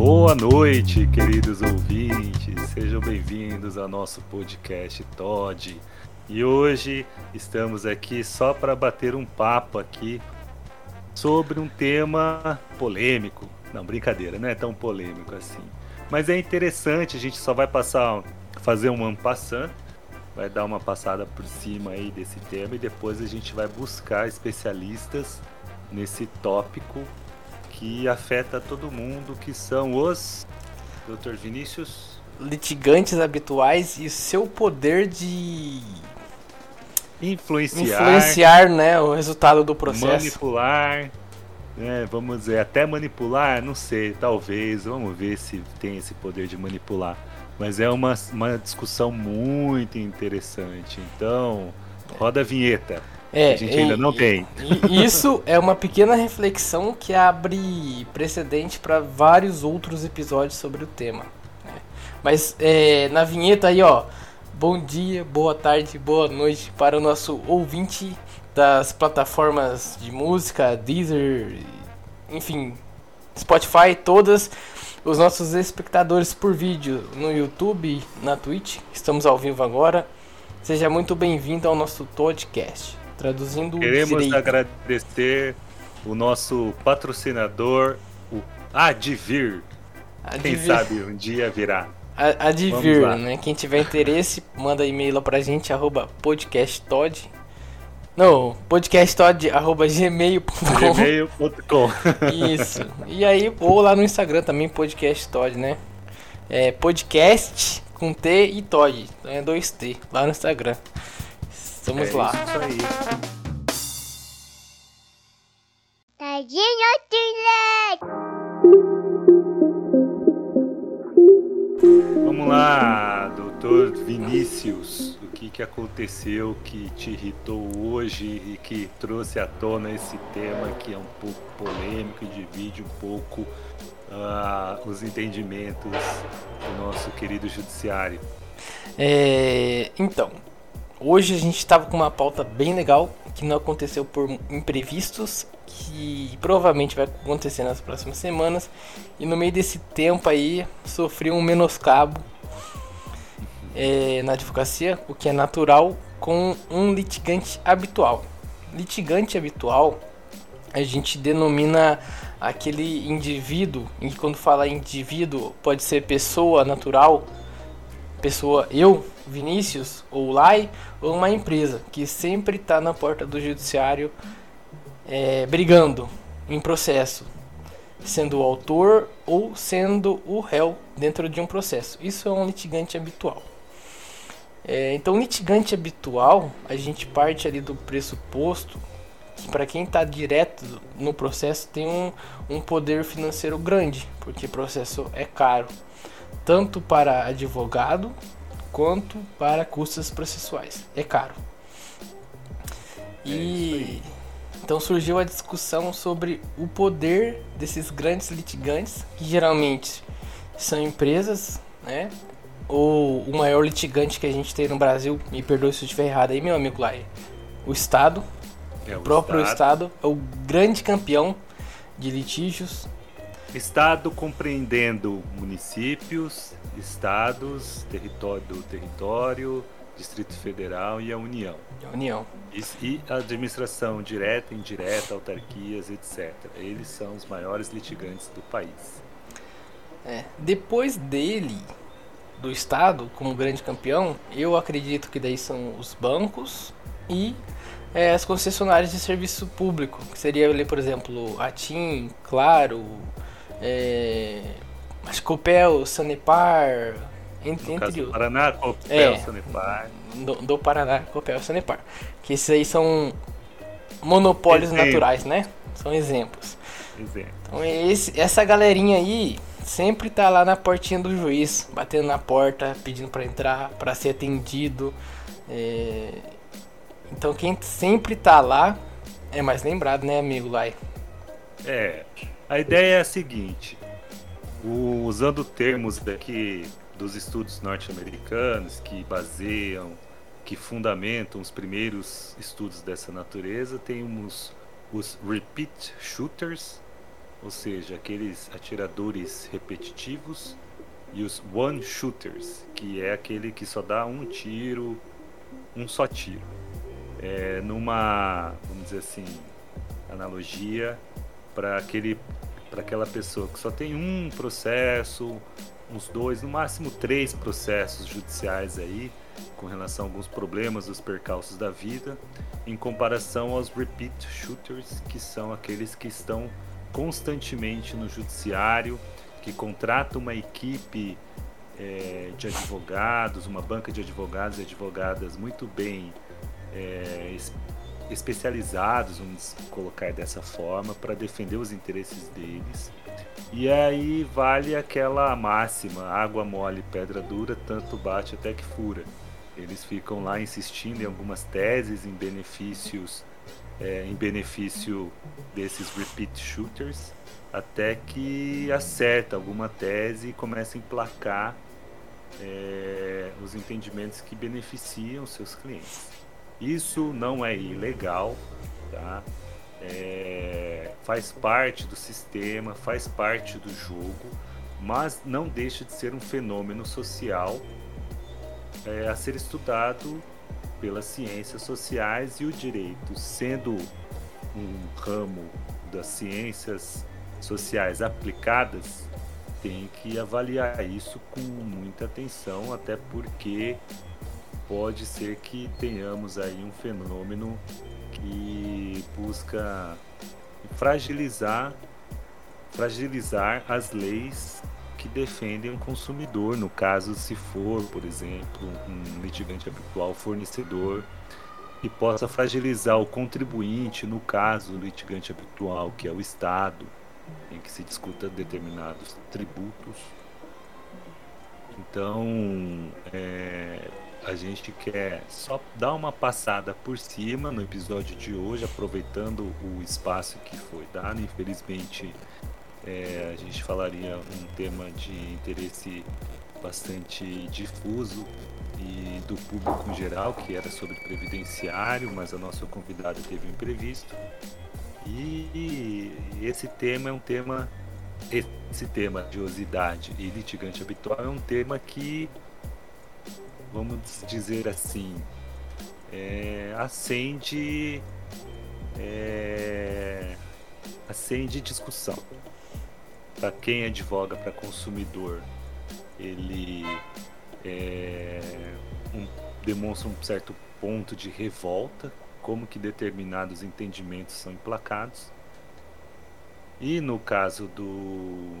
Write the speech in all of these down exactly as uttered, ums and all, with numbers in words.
Boa noite, queridos ouvintes, sejam bem-vindos ao nosso podcast Todd. E hoje estamos aqui só para bater um papo aqui sobre um tema polêmico. Não, brincadeira, não é tão polêmico assim. Mas é interessante, a gente só vai passar, fazer um en passant, vai dar uma passada por cima aí desse tema e depois a gente vai buscar especialistas nesse tópico que afeta todo mundo, que são os... doutor Vinícius? Litigantes habituais e seu poder de... Influenciar, influenciar, né, o resultado do processo. Manipular, né, vamos dizer, até manipular, não sei, talvez, vamos ver se tem esse poder de manipular. Mas é uma, uma discussão muito interessante, então roda a vinheta. É, a gente ainda e, não tem. E isso é uma pequena reflexão que abre precedente para vários outros episódios sobre o tema, né? Mas é, na vinheta aí, ó, bom dia, boa tarde, boa noite para o nosso ouvinte das plataformas de música, Deezer, enfim, Spotify, todas, os nossos espectadores por vídeo no YouTube, na Twitch, estamos ao vivo agora. Seja muito bem-vindo ao nosso podcast. Traduzindo Queremos direito. agradecer o nosso patrocinador, o Advir. Quem Advir. sabe um dia virá. A- Advir, né? Quem tiver interesse, manda e-mail lá pra gente, arroba podcasttod. Não, podcasttod, arroba gmail ponto com. gmail ponto com. Isso. E aí, ou lá no Instagram também, podcasttod, né? É podcast com T e Todd. Então é dois T, lá no Instagram. Estamos é lá. Isso aí. Tadinho Tilek! Vamos lá, doutor Vinícius. O que, que aconteceu que te irritou hoje e que trouxe à tona esse tema que é um pouco polêmico e divide um pouco uh, os entendimentos do nosso querido judiciário? É, então, hoje a gente estava com uma pauta bem legal que não aconteceu por imprevistos, que provavelmente vai acontecer nas próximas semanas. E no meio desse tempo aí, sofri um menoscabo é, na advocacia, o que é natural, com um litigante habitual. Litigante habitual, a gente denomina aquele indivíduo, e quando fala indivíduo, pode ser pessoa natural, pessoa, eu, Vinícius, ou Lai, ou uma empresa que sempre está na porta do judiciário é, brigando em processo, sendo o autor ou sendo o réu dentro de um processo. Isso é um litigante habitual. É, então, litigante habitual, a gente parte ali do pressuposto que para quem está direto no processo tem um, um poder financeiro grande, porque o processo é caro, tanto para advogado quanto para custas processuais. É caro. E então surgiu a discussão sobre o poder desses grandes litigantes, que geralmente são empresas, né? Ou o maior litigante que a gente tem no Brasil, me perdoe se eu estiver errado aí, meu amigo lá, o Estado. É o próprio Estado. Estado é o grande campeão de litígios. Estado compreendendo municípios, estados, território do território, Distrito Federal e a União. A União. E, e a administração direta, indireta, autarquias, etcétera. Eles são os maiores litigantes do país. É, depois dele, do Estado, como grande campeão, eu acredito que daí são os bancos e é, as concessionárias de serviço público, que seria ali, por exemplo, a TIM, Claro, é, acho que Copel, Sanepar, entre, no entre do Paraná, Copel, é, Sanepar. Do, do Paraná, Copel, Sanepar. Que esses aí são monopólios Exemplo. naturais, né? São exemplos. Exemplo. Então esse, essa galerinha aí sempre tá lá na portinha do juiz, batendo na porta, pedindo para entrar, para ser atendido. É... Então quem sempre tá lá é mais lembrado, né, amigo Lai? É, a ideia é a seguinte, o, usando termos daqui dos estudos norte-americanos que baseiam, que fundamentam os primeiros estudos dessa natureza, tem os, os repeat shooters, ou seja, aqueles atiradores repetitivos, e os one shooters, que é aquele que só dá um tiro, um só tiro. É, numa, vamos dizer assim, analogia para aquele, para aquela pessoa que só tem um processo, uns dois, no máximo três processos judiciais aí, com relação a alguns problemas, os percalços da vida, em comparação aos repeat shooters, que são aqueles que estão constantemente no judiciário, que contratam uma equipe é, de advogados, uma banca de advogados e advogadas muito bem é, especializados, vamos colocar dessa forma, para defender os interesses deles. E aí vale aquela máxima: água mole, pedra dura, tanto bate até que fura. Eles ficam lá insistindo em algumas teses em benefícios, é, em benefício desses repeat shooters, até que acerta alguma tese e começa a emplacar é, os entendimentos que beneficiam seus clientes. Isso não é ilegal, tá? É, faz parte do sistema, faz parte do jogo, mas não deixa de ser um fenômeno social é, a ser estudado pelas ciências sociais, e o direito, sendo um ramo das ciências sociais aplicadas, tem que avaliar isso com muita atenção, até porque pode ser que tenhamos aí um fenômeno que busca fragilizar, fragilizar as leis que defendem o consumidor, no caso, se for, por exemplo, um litigante habitual fornecedor, e possa fragilizar o contribuinte, no caso, o litigante habitual, que é o Estado, em que se discuta determinados tributos. Então, é, a gente quer só dar uma passada por cima no episódio de hoje, aproveitando o espaço que foi dado. Infelizmente, é, a gente falaria um tema de interesse bastante difuso e do público em geral, que era sobre previdenciário, mas a nossa convidada teve um imprevisto. E esse tema é um tema, esse tema de odiosidade e litigante habitual é um tema que, vamos dizer assim, é, acende, é, acende discussão. Para quem advoga para consumidor, ele é, um, demonstra um certo ponto de revolta, como que determinados entendimentos são emplacados. E no caso do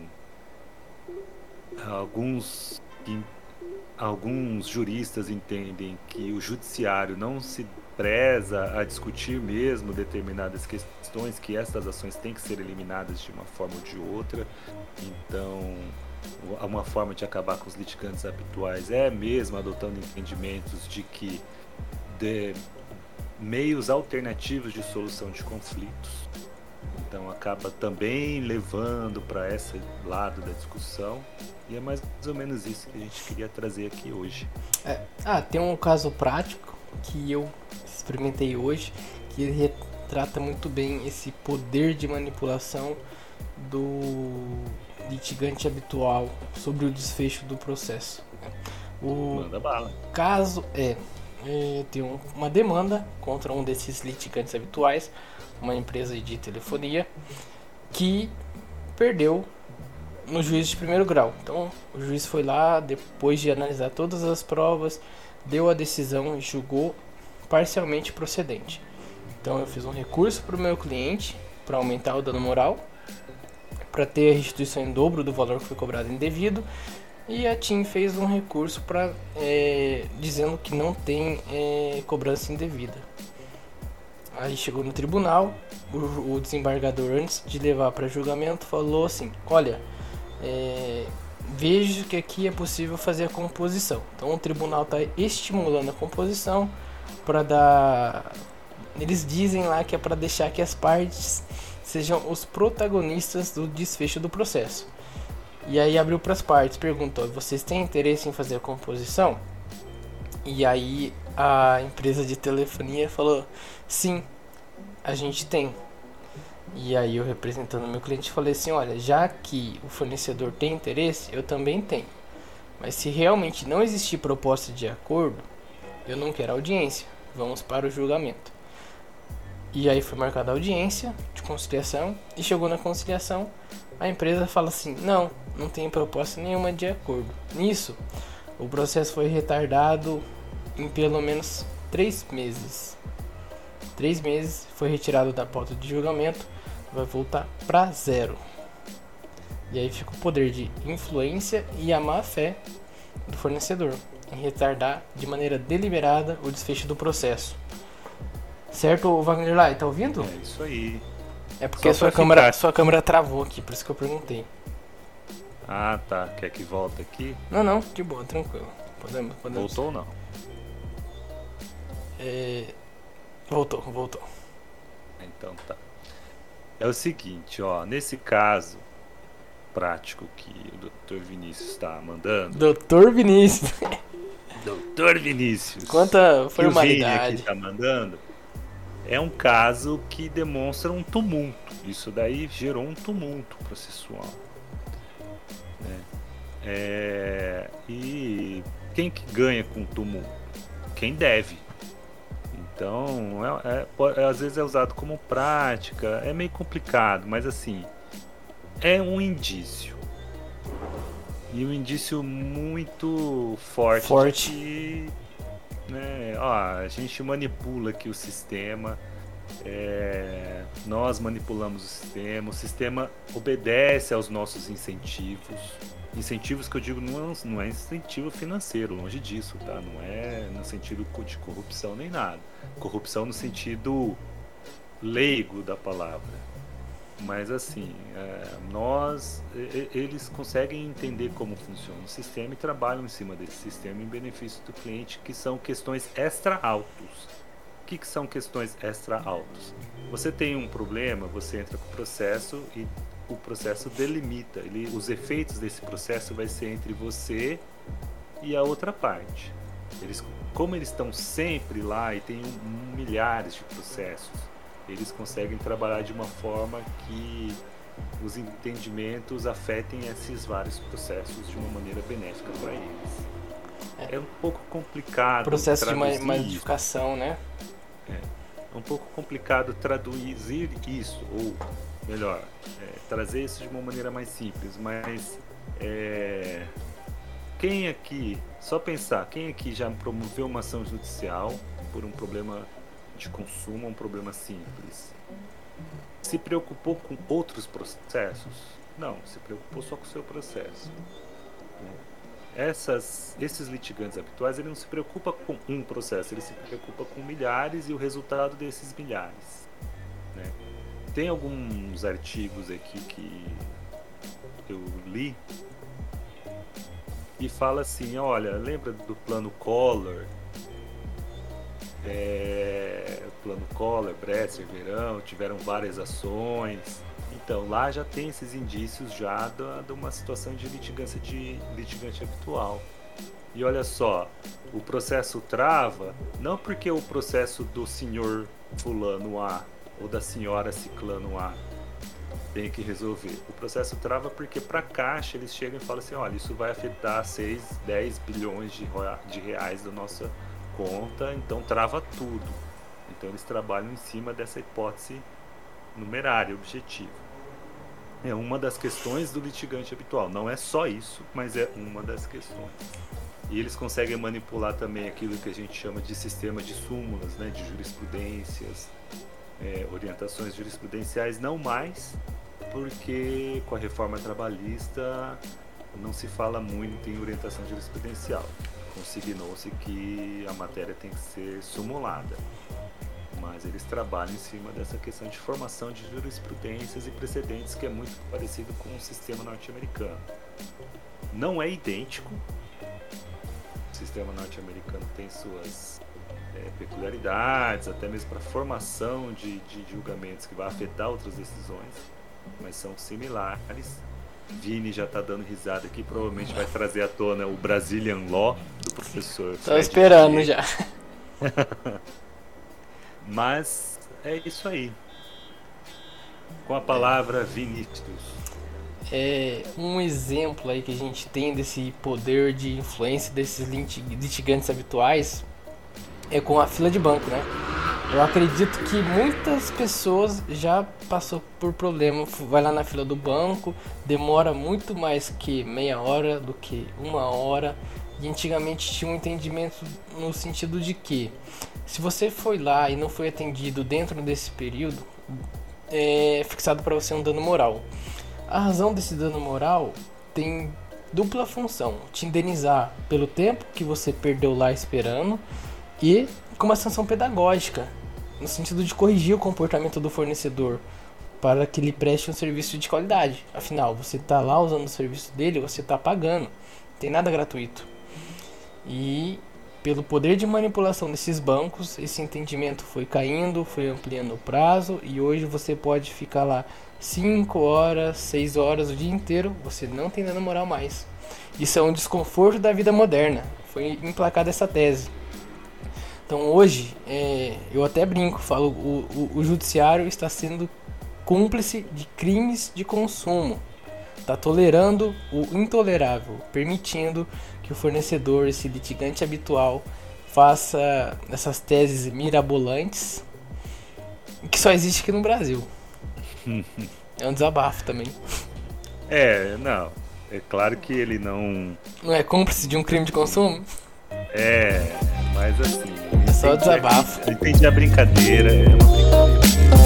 alguns alguns juristas entendem que o judiciário não se preza a discutir mesmo determinadas questões, que estas ações têm que ser eliminadas de uma forma ou de outra. Então, uma forma de acabar com os litigantes habituais é mesmo adotando entendimentos de que de meios alternativos de solução de conflitos. Então acaba também levando para esse lado da discussão, e é mais ou menos isso que a gente queria trazer aqui hoje. É, ah, tem um caso prático que eu experimentei hoje, que ele retrata muito bem esse poder de manipulação do litigante habitual sobre o desfecho do processo. O Manda bala. caso é, é tem um, uma demanda contra um desses litigantes habituais, uma empresa de telefonia, que perdeu no juízo de primeiro grau. Então o juiz foi lá, depois de analisar todas as provas, deu a decisão e julgou parcialmente procedente. Então eu fiz um recurso para o meu cliente para aumentar o dano moral, para ter a restituição em dobro do valor que foi cobrado indevido, e a TIM fez um recurso para é, dizendo que não tem é, cobrança indevida. Aí chegou no tribunal, o, o desembargador, antes de levar para julgamento, falou assim: olha, é, vejo que aqui é possível fazer a composição. Então o tribunal está estimulando a composição para dar... Eles dizem lá que é para deixar que as partes sejam os protagonistas do desfecho do processo. E aí abriu para as partes, perguntou: vocês têm interesse em fazer a composição? E aí a empresa de telefonia falou: sim, a gente tem. E aí eu, representando o meu cliente, falei assim, olha, já que o fornecedor tem interesse, eu também tenho. Mas se realmente não existir proposta de acordo, eu não quero audiência. Vamos para o julgamento. E aí foi marcada a audiência de conciliação e chegou na conciliação, a empresa fala assim, não, não tem proposta nenhuma de acordo. Nisso, o processo foi retardado em pelo menos três meses. Três meses, foi retirado da pauta de julgamento, vai voltar para zero. E aí fica o poder de influência e a má fé do fornecedor em retardar de maneira deliberada o desfecho do processo. Certo, Wagner Lai, tá ouvindo? É isso aí. É porque a sua câmera, ficar... sua câmera travou aqui, por isso que eu perguntei. Ah, tá. Quer que volte aqui? Não, não, de boa, tranquilo. Podemos, podemos. Voltou ou não? É... Voltou, voltou. Então tá. É o seguinte, ó, nesse caso prático que o doutor Vinícius está mandando. doutor Vinícius. doutor Vinícius. Quanta formalidade. Que o Vini aqui está mandando. É um caso que demonstra um tumulto. Isso daí gerou um tumulto processual. Né? É... E quem que ganha com o tumulto? Quem deve. Então, é, é, às vezes é usado como prática, é meio complicado, mas assim, é um indício. E um indício muito forte, forte. de que, né, ó, a gente manipula aqui o sistema, é, nós manipulamos o sistema, o sistema obedece aos nossos incentivos. Incentivos que eu digo não, não é incentivo financeiro, longe disso, tá? Não é no sentido de corrupção nem nada. Corrupção no sentido leigo da palavra. Mas assim, é, nós, eles conseguem entender como funciona o sistema e trabalham em cima desse sistema em benefício do cliente, que são questões extra-autos. O que, que são questões extra-autos? Você tem um problema, você entra com o processo e o processo delimita, ele, os efeitos desse processo vai ser entre você e a outra parte. Eles, como eles estão sempre lá e tem um, milhares de processos, eles conseguem trabalhar de uma forma que os entendimentos afetem esses vários processos de uma maneira benéfica para eles. É, é um pouco complicado. Processo de modificação, né? É, é um pouco complicado traduzir isso, ou melhor, é, trazer isso de uma maneira mais simples, mas é, quem aqui, só pensar, quem aqui já promoveu uma ação judicial por um problema de consumo, um problema simples, se preocupou com outros processos? Não, se preocupou só com o seu processo. Essas, esses litigantes habituais, ele não se preocupa com um processo, ele se preocupa com milhares e o resultado desses milhares, né? Tem alguns artigos aqui que eu li e fala assim, olha, lembra do plano Collor? É, plano Collor, Bresser, Verão, tiveram várias ações. Então lá já tem esses indícios já de, de uma situação de litigância de litigante habitual. E olha só, o processo trava não porque o processo do senhor fulano A ou da senhora ciclano A tem que resolver. O processo trava porque para a Caixa eles chegam e falam assim, olha, isso vai afetar seis, dez bilhões de, de reais da nossa conta, então trava tudo. Então eles trabalham em cima dessa hipótese numerária, objetiva. É uma das questões do litigante habitual. Não é só isso, mas é uma das questões. E eles conseguem manipular também aquilo que a gente chama de sistema de súmulas, né, de jurisprudências, é, orientações jurisprudenciais, não mais, porque com a reforma trabalhista não se fala muito em orientação jurisprudencial. Consignou-se que a matéria tem que ser sumulada. Mas eles trabalham em cima dessa questão de formação de jurisprudências e precedentes, que é muito parecido com o sistema norte-americano. Não é idêntico. O sistema norte-americano tem suas é, peculiaridades, até mesmo para formação de, de julgamentos que vai afetar outras decisões, mas são similares. Vini já está dando risada aqui, provavelmente vai trazer à tona o Brazilian Law do professor. Estou esperando Diego. Já. Mas é isso aí. Com a palavra, Vinícius. É um exemplo aí que a gente tem desse poder de influência desses litigantes habituais é com a fila de banco, né? Eu acredito que muitas pessoas já passou por problema, vai lá na fila do banco, demora muito mais que meia hora do que uma hora. E antigamente tinha um entendimento no sentido de que se você foi lá e não foi atendido dentro desse período, é fixado para você um dano moral. A razão desse dano moral tem dupla função: te indenizar pelo tempo que você perdeu lá esperando e com uma sanção pedagógica, no sentido de corrigir o comportamento do fornecedor para que ele preste um serviço de qualidade. Afinal, você está lá usando o serviço dele, você está pagando, não tem nada gratuito. E pelo poder de manipulação desses bancos, esse entendimento foi caindo, foi ampliando o prazo, e hoje você pode ficar lá cinco horas, seis horas o dia inteiro, você não tem dano moral mais. Isso é um desconforto da vida moderna, foi emplacada essa tese. Então hoje, é, eu até brinco, falo, o, o, o judiciário está sendo cúmplice de crimes de consumo, está tolerando o intolerável, permitindo que o fornecedor, esse litigante habitual, faça essas teses mirabolantes que só existe aqui no Brasil. É um desabafo também. É, não. É claro que ele não... Não é cúmplice de um crime de consumo? É, mas assim... É só desabafo. Eu entendi a brincadeira, é uma brincadeira.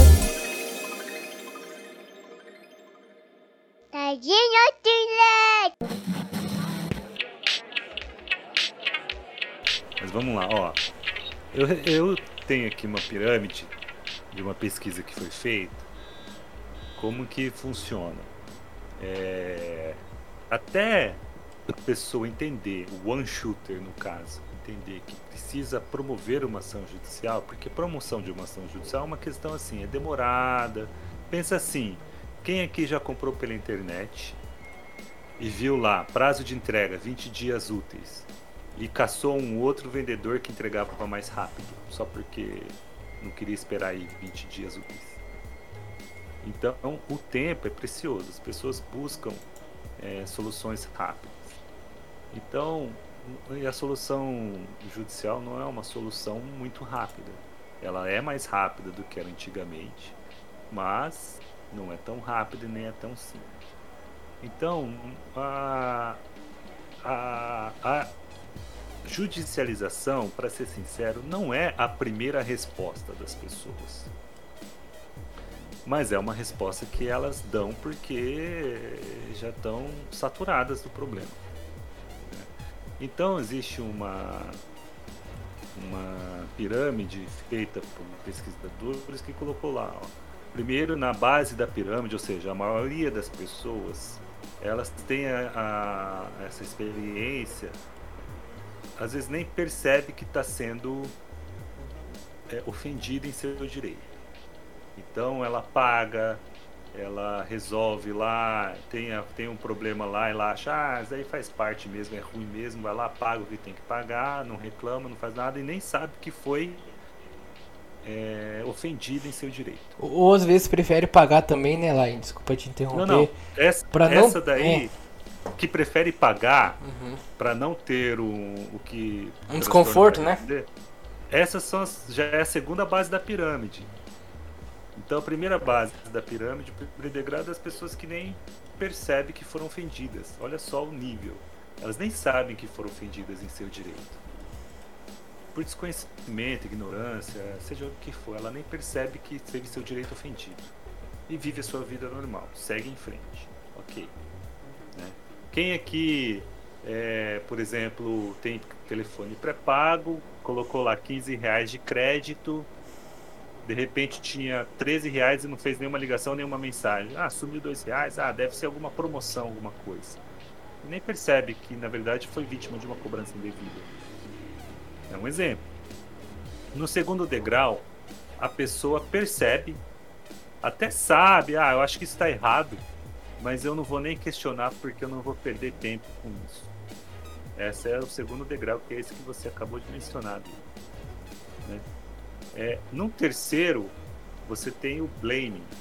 Mas vamos lá, ó. Eu, eu tenho aqui uma pirâmide de uma pesquisa que foi feita. Como que funciona? É, até a pessoa entender, o one shooter no caso, entender que precisa promover uma ação judicial, porque promoção de uma ação judicial é uma questão assim, é demorada. Pensa assim, quem aqui já comprou pela internet e viu lá, prazo de entrega, vinte dias úteis, e caçou um outro vendedor que entregava mais rápido, só porque não queria esperar aí vinte dias úteis? Então, o tempo é precioso, as pessoas buscam é, soluções rápidas. Então, a solução judicial não é uma solução muito rápida. Ela é mais rápida do que era antigamente, mas não é tão rápida e nem é tão simples. Então, a, a, a judicialização, para ser sincero, não é a primeira resposta das pessoas. Mas é uma resposta que elas dão porque já estão saturadas do problema. Então existe uma, uma pirâmide feita por pesquisadores que colocou lá, ó. Primeiro, na base da pirâmide, ou seja, a maioria das pessoas, elas têm a, a, essa experiência, às vezes nem percebe que está sendo é, ofendida em seu direito. Então ela paga, ela resolve lá, tem, tem um problema lá e ela acha, ah, isso aí faz parte mesmo, é ruim mesmo, vai lá, paga o que tem que pagar, não reclama, não faz nada e nem sabe que foi é, ofendido em seu direito. Ou às vezes prefere pagar também, né, Lain? Desculpa te interromper. Não, não, essa, pra essa não... daí... É. Que prefere pagar uhum. para não ter um, o que... Um desconforto, né? Essas são as, já é a segunda base da pirâmide. Então a primeira base da pirâmide, o primeiro degrau, é das pessoas que nem percebem que foram ofendidas. Olha só o nível. Elas nem sabem que foram ofendidas em seu direito. Por desconhecimento, ignorância, seja o que for, ela nem percebe que teve seu direito ofendido. E vive a sua vida normal, segue em frente. Ok. Né? Quem aqui, é, por exemplo, tem telefone pré-pago, colocou lá quinze reais de crédito, de repente tinha treze reais e não fez nenhuma ligação, nenhuma mensagem. Ah, sumiu dois reais, ah, deve ser alguma promoção, alguma coisa. E nem percebe que, na verdade, foi vítima de uma cobrança indevida. É um exemplo. No segundo degrau, a pessoa percebe, até sabe, ah, eu acho que isso está errado, mas eu não vou nem questionar porque eu não vou perder tempo com isso. Esse é o segundo degrau, que é esse que você acabou de mencionar. Né? É, no terceiro, você tem o blaming.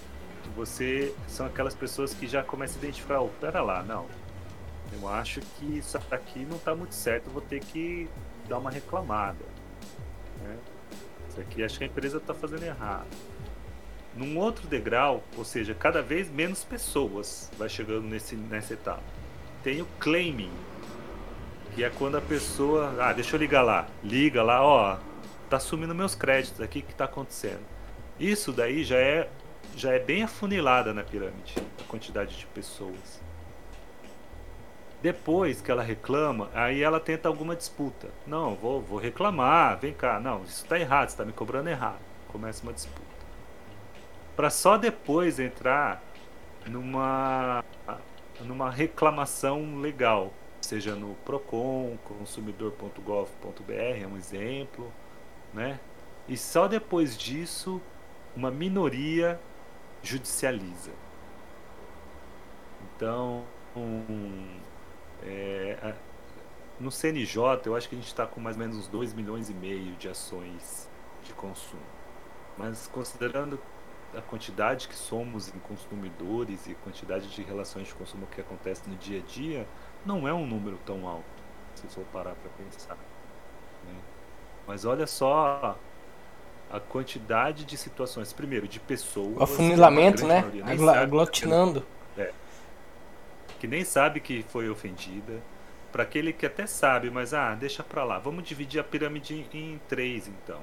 você são aquelas pessoas que já começam a identificar, oh, pera lá, não, eu acho que isso aqui não está muito certo, eu vou ter que dar uma reclamada, né? Isso aqui acho que a empresa está fazendo errado. Num outro degrau, ou seja, cada vez menos pessoas vai chegando nesse, nessa etapa. Tem o claiming, que é quando a pessoa, ah, deixa eu ligar lá, liga lá, ó, tá sumindo meus créditos aqui, o que tá acontecendo? Isso daí já é, já é bem afunilada na pirâmide, a quantidade de pessoas. Depois que ela reclama, aí ela tenta alguma disputa. Não, vou, vou reclamar, vem cá, não, isso tá errado, você tá me cobrando errado. Começa uma disputa. Para só depois entrar numa, numa reclamação legal, seja no Procon, consumidor ponto gov ponto br, é um exemplo, né? E só depois disso, uma minoria judicializa. Então, um, é, no C N J, eu acho que a gente está com mais ou menos uns dois milhões e meio de ações de consumo. Mas considerando a quantidade que somos em consumidores e a quantidade de relações de consumo que acontece no dia a dia, não é um número tão alto, se for parar para pensar, né? Mas olha só a quantidade de situações, primeiro, de pessoas... O afunilamento, né? Agla- aglutinando. É, que nem sabe que foi ofendida, para aquele que até sabe, mas ah, deixa para lá, vamos dividir a pirâmide em três então.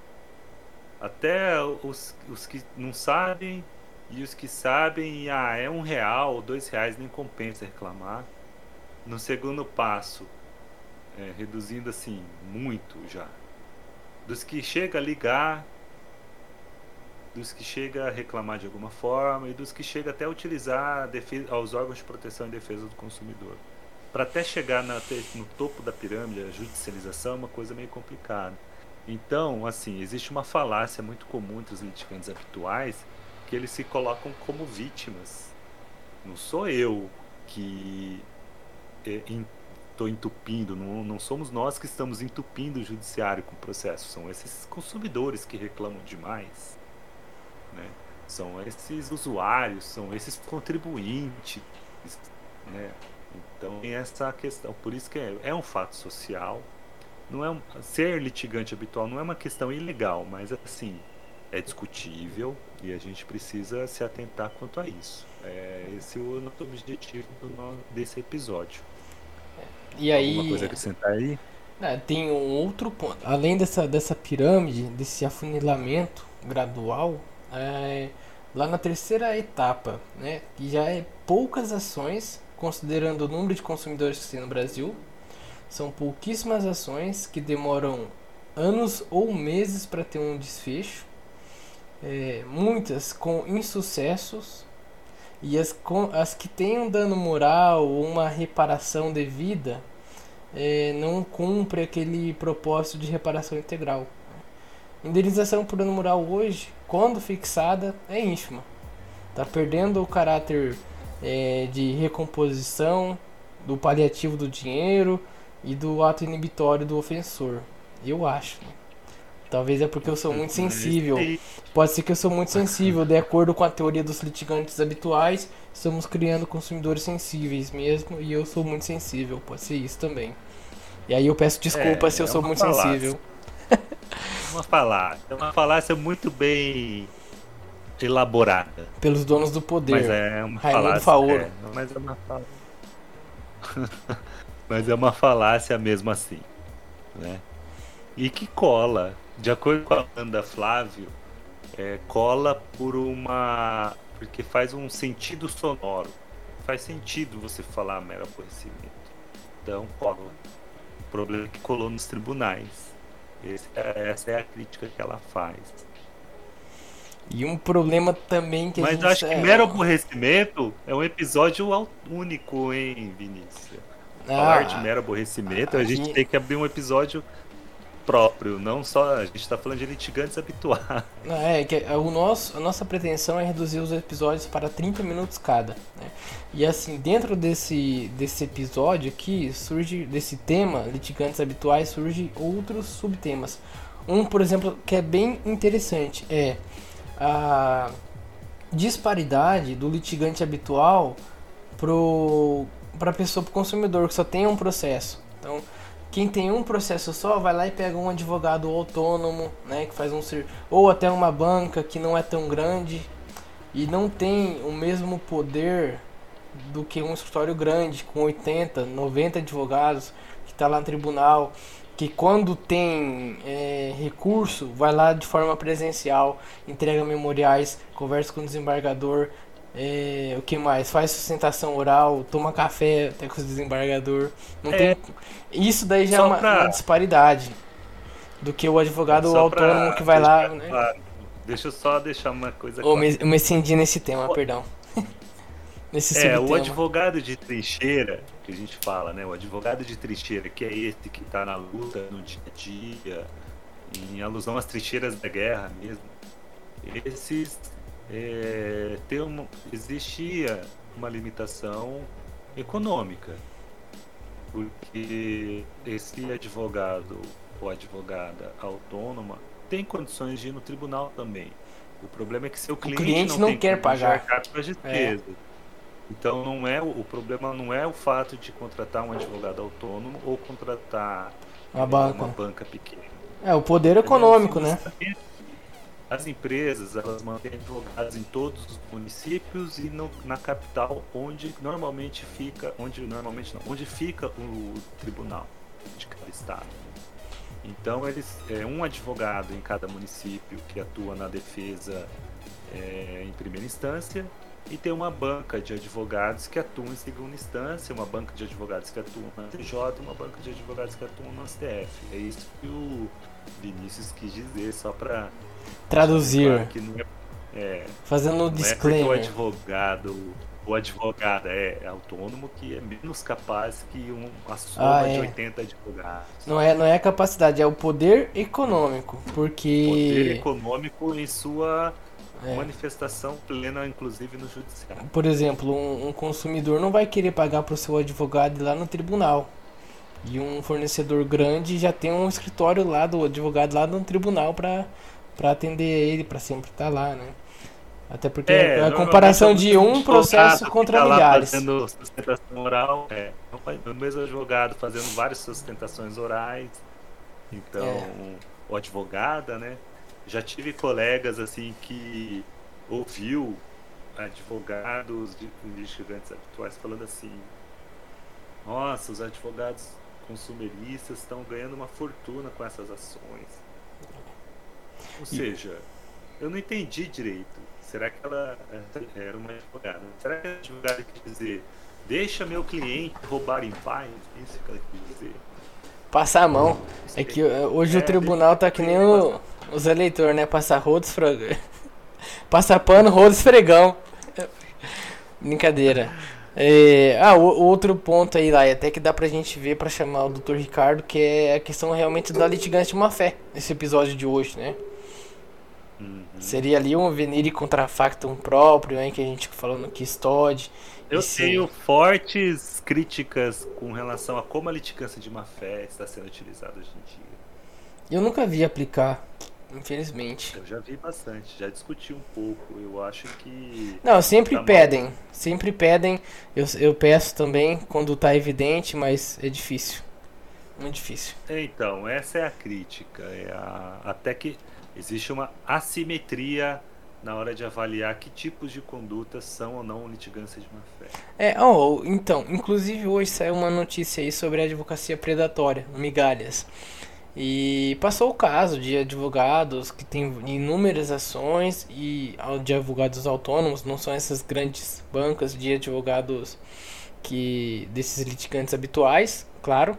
Até os, os que não sabem e os que sabem, ah, é um real ou dois reais, nem compensa reclamar. No segundo passo, é, reduzindo assim, muito já. Dos que chega a ligar, dos que chega a reclamar de alguma forma e dos que chega até a utilizar a defesa, aos órgãos de proteção e defesa do consumidor. Para até chegar na, no topo da pirâmide, a judicialização é uma coisa meio complicada. Então, assim, existe uma falácia muito comum entre os litigantes habituais, que eles se colocam como vítimas. Não sou eu que estou é, entupindo, não, não somos nós que estamos entupindo o judiciário com o processo, são esses consumidores que reclamam demais, né? São esses usuários, são esses contribuintes, né? Então tem essa questão, por isso que é, é um fato social. Não é um, ser litigante habitual não é uma questão ilegal, mas assim, é discutível e a gente precisa se atentar quanto a isso. É esse é o nosso objetivo do, desse episódio. E aí, alguma coisa a acrescentar aí? Tem um outro ponto. Além dessa, dessa pirâmide, desse afunilamento gradual, é, lá na terceira etapa, né, que já é poucas ações, considerando o número de consumidores que tem no Brasil. São pouquíssimas ações que demoram anos ou meses para ter um desfecho, é, muitas com insucessos, e as, com, as que têm um dano moral ou uma reparação devida é, não cumpre aquele propósito de reparação integral. Indenização por dano moral hoje, quando fixada, é ínfima. Está perdendo o caráter é, de recomposição do paliativo do dinheiro e do ato inibitório do ofensor, eu acho, né? Talvez é porque eu sou muito sensível. Pode ser que eu sou muito sensível. De acordo com a teoria dos litigantes habituais, estamos criando consumidores sensíveis mesmo, e eu sou muito sensível. Pode ser isso também. E aí eu peço desculpa é, se eu é sou muito falácia. sensível. Uma falácia. É uma falácia muito bem elaborada. Pelos donos do poder. Mas é uma Raimundo falácia. É, mas é uma falácia. Mas é uma falácia mesmo assim, né? E que cola, de acordo com a banda Flávio, é, cola por uma... porque faz um sentido sonoro. Faz sentido você falar mero aborrecimento. Então cola. O problema é que colou nos tribunais. Esse é, essa é a crítica que ela faz. E um problema também que a Mas gente... eu acho é... que mero aborrecimento é um episódio único, hein, Vinícius? Ah, falar de mero aborrecimento, a gente tem que abrir um episódio próprio, não só a gente está falando de litigantes habituais. É, que o nosso, a nossa pretensão é reduzir os episódios para trinta minutos cada, né? E assim, dentro desse, desse episódio aqui, surge, desse tema, litigantes habituais, surge outros subtemas. Um, por exemplo, que é bem interessante, é a, disparidade do litigante habitual para a pessoa, para o consumidor, que só tem um processo. Então, quem tem um processo só vai lá e pega um advogado autônomo, né, que faz um ser, ou até uma banca que não é tão grande e não tem o mesmo poder do que um escritório grande com oitenta, noventa advogados que está lá no tribunal, que quando tem é, recurso vai lá de forma presencial, entrega memoriais, conversa com o desembargador, é, o que mais? Faz sustentação oral, toma café até com o desembargador. Não é, tem... Isso daí já é uma, pra... uma disparidade do que o advogado autônomo que vai lá. Né? Claro. Deixa eu só deixar uma coisa oh, claro. Eu me estendi nesse tema, o... perdão. nesse é, subtema. O advogado de trincheira, que a gente fala, né? O advogado de trincheira, que é esse que está na luta no dia a dia, em alusão às trincheiras da guerra mesmo. Esses. É, ter uma, existia uma limitação econômica, porque esse advogado ou advogada autônoma tem condições de ir no tribunal também. O problema é que seu cliente, o cliente não, não quer pagar as despesas. É. Então não é o problema não é o fato de contratar um advogado autônomo ou contratar uma banca, uma banca pequena. É o poder econômico, né? As empresas, elas mantêm advogados em todos os municípios e no, na capital, onde normalmente fica, onde normalmente não, onde fica o tribunal de cada estado. Então eles é um advogado em cada município que atua na defesa é, em primeira instância, e tem uma banca de advogados que atuam em segunda instância, uma banca de advogados que atuam na T J e uma banca de advogados que atuam no S T F. É isso que o Vinícius quis dizer, só para traduzir, claro que não é, é, fazendo um disclaimer. Não é o advogado, o advogado é autônomo que é menos capaz que um, a soma ah, é. de oitenta advogados. Não é, não é a capacidade, é o poder econômico, porque... Poder econômico em sua é. manifestação plena, inclusive no judiciário. Por exemplo, um, um consumidor não vai querer pagar para o seu advogado lá no tribunal. E um fornecedor grande já tem um escritório lá do advogado lá no tribunal para para atender ele, para sempre estar lá, né? Até porque é, a comparação de um processo contra milhares. Fazendo sustentação oral, é, o mesmo advogado fazendo várias sustentações orais. Então, é. o advogada, né? Já tive colegas assim que ouviu advogados de litigantes habituais falando assim: nossa, os advogados consumeristas estão ganhando uma fortuna com essas ações. Ou seja, eu não entendi direito. Será que ela era uma advogada? Será que a advogada quis dizer, deixa meu cliente roubar em paz? Isso que ela quis dizer. Passar a mão. É que hoje é, o tribunal tá que nem o, os eleitores, né? Passar rodo, esfregão. Passar pano, rodo, esfregão. Brincadeira. É, ah, o, o outro ponto aí lá, até que dá pra gente ver pra chamar o doutor Ricardo, que é a questão realmente da litigância de má fé, nesse episódio de hoje, né? Uhum. Seria ali um venire contra factum próprio, hein, que a gente falou no Quistode. Eu tenho fortes críticas com relação a como a litigância de má fé está sendo utilizada hoje em dia. Eu nunca vi aplicar. Infelizmente. Eu já vi bastante, já discuti um pouco. Eu acho que... Não, sempre tá pedem. Mal. Sempre pedem. Eu, eu peço também quando tá evidente, mas é difícil. Muito difícil. Então, essa é a crítica. É a... Até que existe uma assimetria na hora de avaliar que tipos de condutas são ou não litigância de má-fé. É, oh, então, inclusive hoje saiu uma notícia aí sobre a advocacia predatória, no Migalhas. E passou o caso de advogados que têm inúmeras ações e de advogados autônomos, não são essas grandes bancas de advogados que desses litigantes habituais, claro.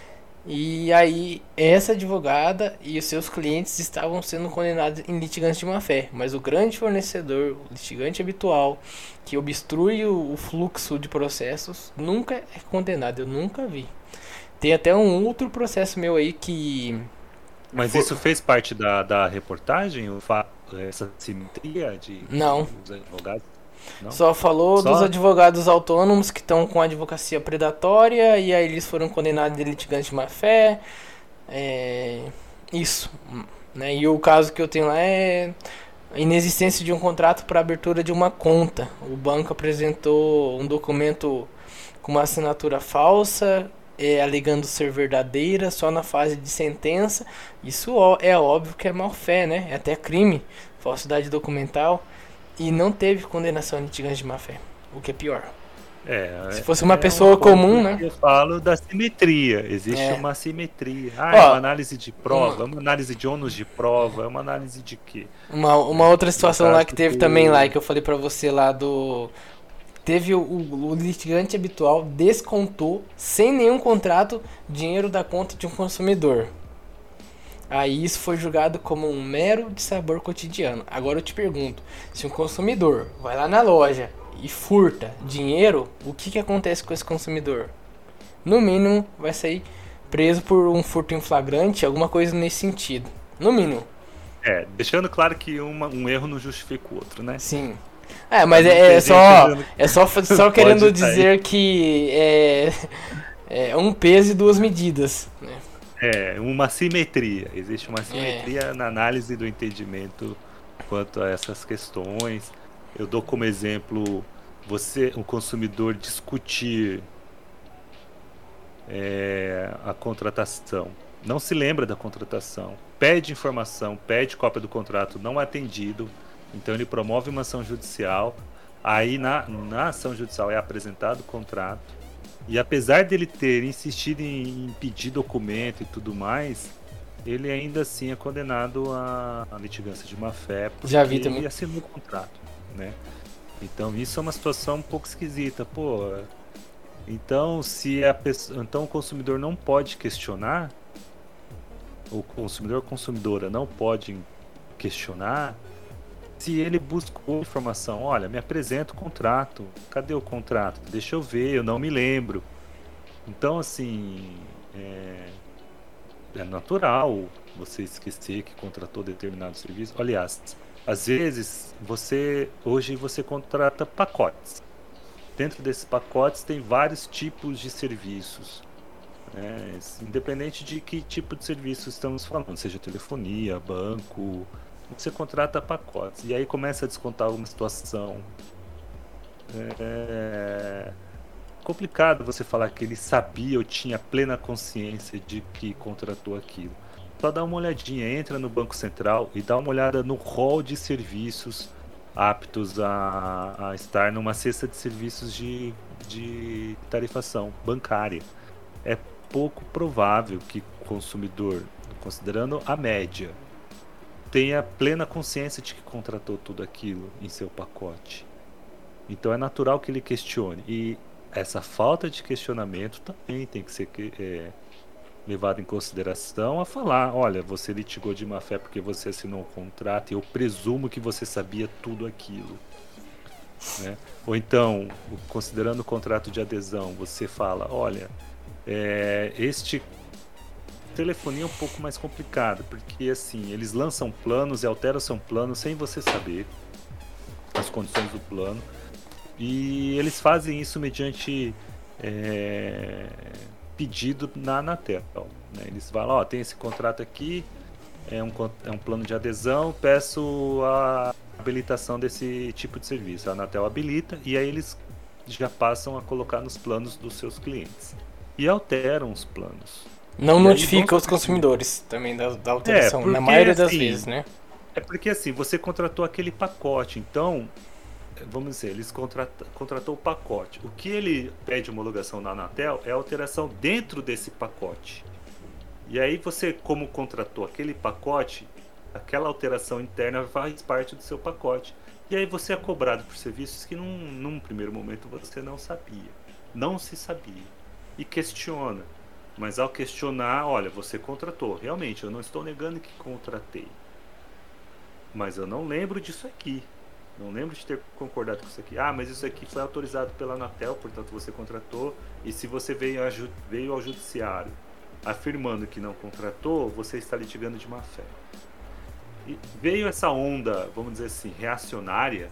E aí essa advogada e os seus clientes estavam sendo condenados em litigância de má-fé, mas o grande fornecedor, o litigante habitual, que obstrui o, o fluxo de processos, nunca é condenado, eu nunca vi. Tem até um outro processo meu aí que... Mas isso fez parte da, da reportagem? O fa... Essa simetria de Não. dos advogados? Não? Só falou Só... dos advogados autônomos que estão com advocacia predatória e aí eles foram condenados de litigante de má-fé. É... Isso. Né? E o caso que eu tenho lá é inexistência de um contrato para abertura de uma conta. O banco apresentou um documento com uma assinatura falsa, é, alegando ser verdadeira só na fase de sentença. Isso é óbvio que é má-fé, né? É até crime, falsidade documental. E não teve condenação a litigantes de má-fé, o que é pior. É, Se fosse uma é pessoa comum, né? Eu falo da simetria. Existe É. uma simetria. Ah, Ó, é uma análise de prova, uma- é uma análise de ônus de prova, é uma análise de quê? Uma, uma outra situação No lá caso que teve do- também lá, que eu falei pra você lá do... Teve o, o, o litigante habitual descontou, sem nenhum contrato, dinheiro da conta de um consumidor. Aí isso foi julgado como um mero dissabor cotidiano. Agora eu te pergunto, se um consumidor vai lá na loja e furta dinheiro, o que, que acontece com esse consumidor? No mínimo, vai sair preso por um furto em flagrante, alguma coisa nesse sentido. No mínimo. É, deixando claro que uma- um erro não justifica o outro, né? Sim. É, mas Não é, é tem só, gente é só, só Pode querendo sair. dizer que é, é um peso e duas medidas, né? É, uma simetria. Existe uma simetria na análise do entendimento quanto a essas questões. Eu dou como exemplo você, o consumidor, discutir é, a contratação. Não se lembra da contratação. Pede informação, pede cópia do contrato não atendido. Então ele promove uma ação judicial. Aí na, na ação judicial é apresentado o contrato. E apesar dele ter insistido em, em pedir documento e tudo mais, ele ainda assim é condenado à, à litigância de má-fé, porque Já vi também. ele assinou o contrato, né? Então isso é uma situação um pouco esquisita, pô. Então se a pessoa, então o consumidor não pode questionar, o consumidor ou consumidora não pode questionar se ele buscou informação. Olha, me apresenta o contrato. Cadê o contrato? Deixa eu ver, eu não me lembro. Então, assim, é, é natural você esquecer que contratou determinado serviço. Aliás, às vezes, você hoje você contrata pacotes. Dentro desses pacotes tem vários tipos de serviços. Né? Independente de que tipo de serviço estamos falando, seja telefonia, banco... Você contrata pacotes e aí começa a descontar alguma situação. É complicado você falar que ele sabia ou tinha plena consciência de que contratou aquilo. Só dá uma olhadinha, entra no Banco Central e dá uma olhada no rol de serviços aptos a, a estar numa cesta de serviços de, de tarifação bancária. É pouco provável que o consumidor, considerando a média, tenha plena consciência de que contratou tudo aquilo em seu pacote. Então é natural que ele questione. E essa falta de questionamento também tem que ser é, levada em consideração a falar, olha, você litigou de má fé porque você assinou um contrato e eu presumo que você sabia tudo aquilo. Né? Ou então, considerando o contrato de adesão, você fala, olha, é, este telefonia é um pouco mais complicado, porque assim, eles lançam planos e alteram seu plano sem você saber as condições do plano, e eles fazem isso mediante é, pedido na Anatel, né? Eles falam, ó, tem esse contrato aqui, é um, é um plano de adesão, peço a habilitação desse tipo de serviço. A Anatel habilita e aí eles já passam a colocar nos planos dos seus clientes e alteram os planos. Não e notifica aí, os consumidores também da, da alteração, é, porque, na maioria das assim, vezes, né? É porque assim, você contratou aquele pacote, então, vamos dizer, eles contrat, contratou o pacote. O que ele pede homologação na Anatel é a alteração dentro desse pacote. E aí você, como contratou aquele pacote, aquela alteração interna faz parte do seu pacote. E aí você é cobrado por serviços que num, num primeiro momento você não sabia. Não se sabia. E questiona. Mas ao questionar, olha, você contratou. Realmente, eu não estou negando que contratei. Mas eu não lembro disso aqui. Não lembro de ter concordado com isso aqui. Ah, mas isso aqui foi autorizado pela Anatel, portanto você contratou. E se você veio, a, veio ao judiciário afirmando que não contratou, você está litigando de má fé. E veio essa onda, vamos dizer assim, reacionária,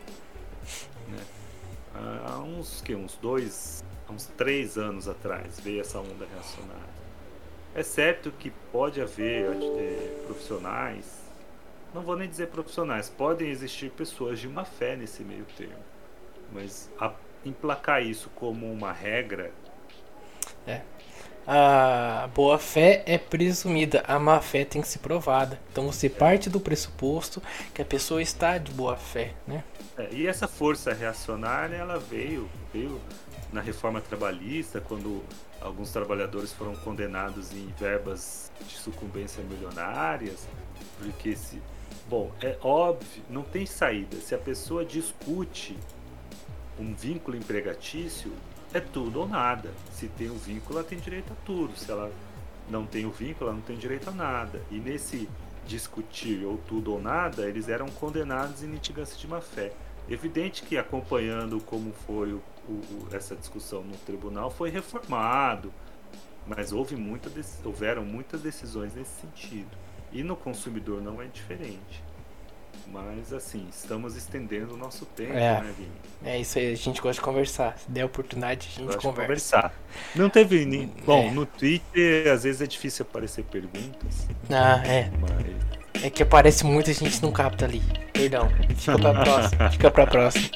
né? Há uns, que, uns dois, uns três anos atrás veio essa onda reacionária. É certo que pode haver é, profissionais não vou nem dizer profissionais, podem existir pessoas de má fé nesse meio termo, mas a, emplacar isso como uma regra... É. A boa fé é presumida, a má fé tem que ser provada. Então você parte do pressuposto que a pessoa está de boa fé, né? É, e essa força reacionária, ela veio, veio na reforma trabalhista, quando alguns trabalhadores foram condenados em verbas de sucumbência milionárias, porque se... Bom, é óbvio, não tem saída. Se a pessoa discute um vínculo empregatício, é tudo ou nada. Se tem o vínculo, ela tem direito a tudo. Se ela não tem o vínculo, ela não tem direito a nada. E nesse discutir ou tudo ou nada, eles eram condenados em litigância de má fé. Evidente que, acompanhando como foi o, o, essa discussão no tribunal, foi reformado, mas houve muita, houveram muitas decisões nesse sentido. E no consumidor não é diferente. Mas assim, estamos estendendo o nosso tempo, é, né, Vini? É isso aí, a gente gosta de conversar. Se der oportunidade, a gente conversa. Conversar. Não teve nem... Bom, é. No Twitter às vezes é difícil aparecer perguntas. Ah, é. Mas... É que aparece muita gente não capta ali. Perdão. Fica pra próxima. Fica pra próxima.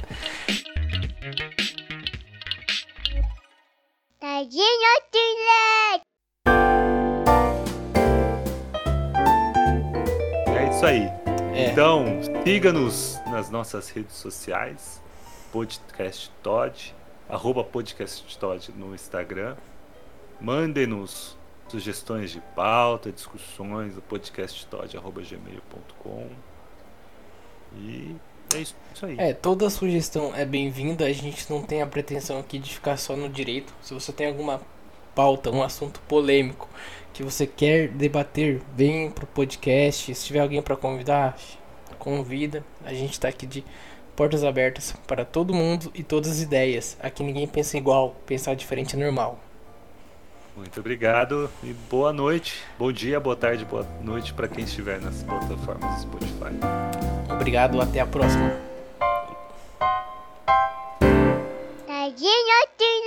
É isso aí. É. Então, siga-nos nas nossas redes sociais, Podcast Todd, arroba Podcast Todd no Instagram. Mandem-nos sugestões de pauta, discussões, no podcasttodd arroba gmail ponto com. E é isso aí. É, toda sugestão é bem-vinda. A gente não tem a pretensão aqui de ficar só no direito. Se você tem alguma pauta, um assunto polêmico que você quer debater, vem pro podcast. Se tiver alguém para convidar, convida. A gente tá aqui de portas abertas para todo mundo e todas as ideias. Aqui ninguém pensa igual, pensar diferente é normal. Muito obrigado e boa noite, bom dia, boa tarde, boa noite para quem estiver nas plataformas do Spotify. Obrigado, até a próxima.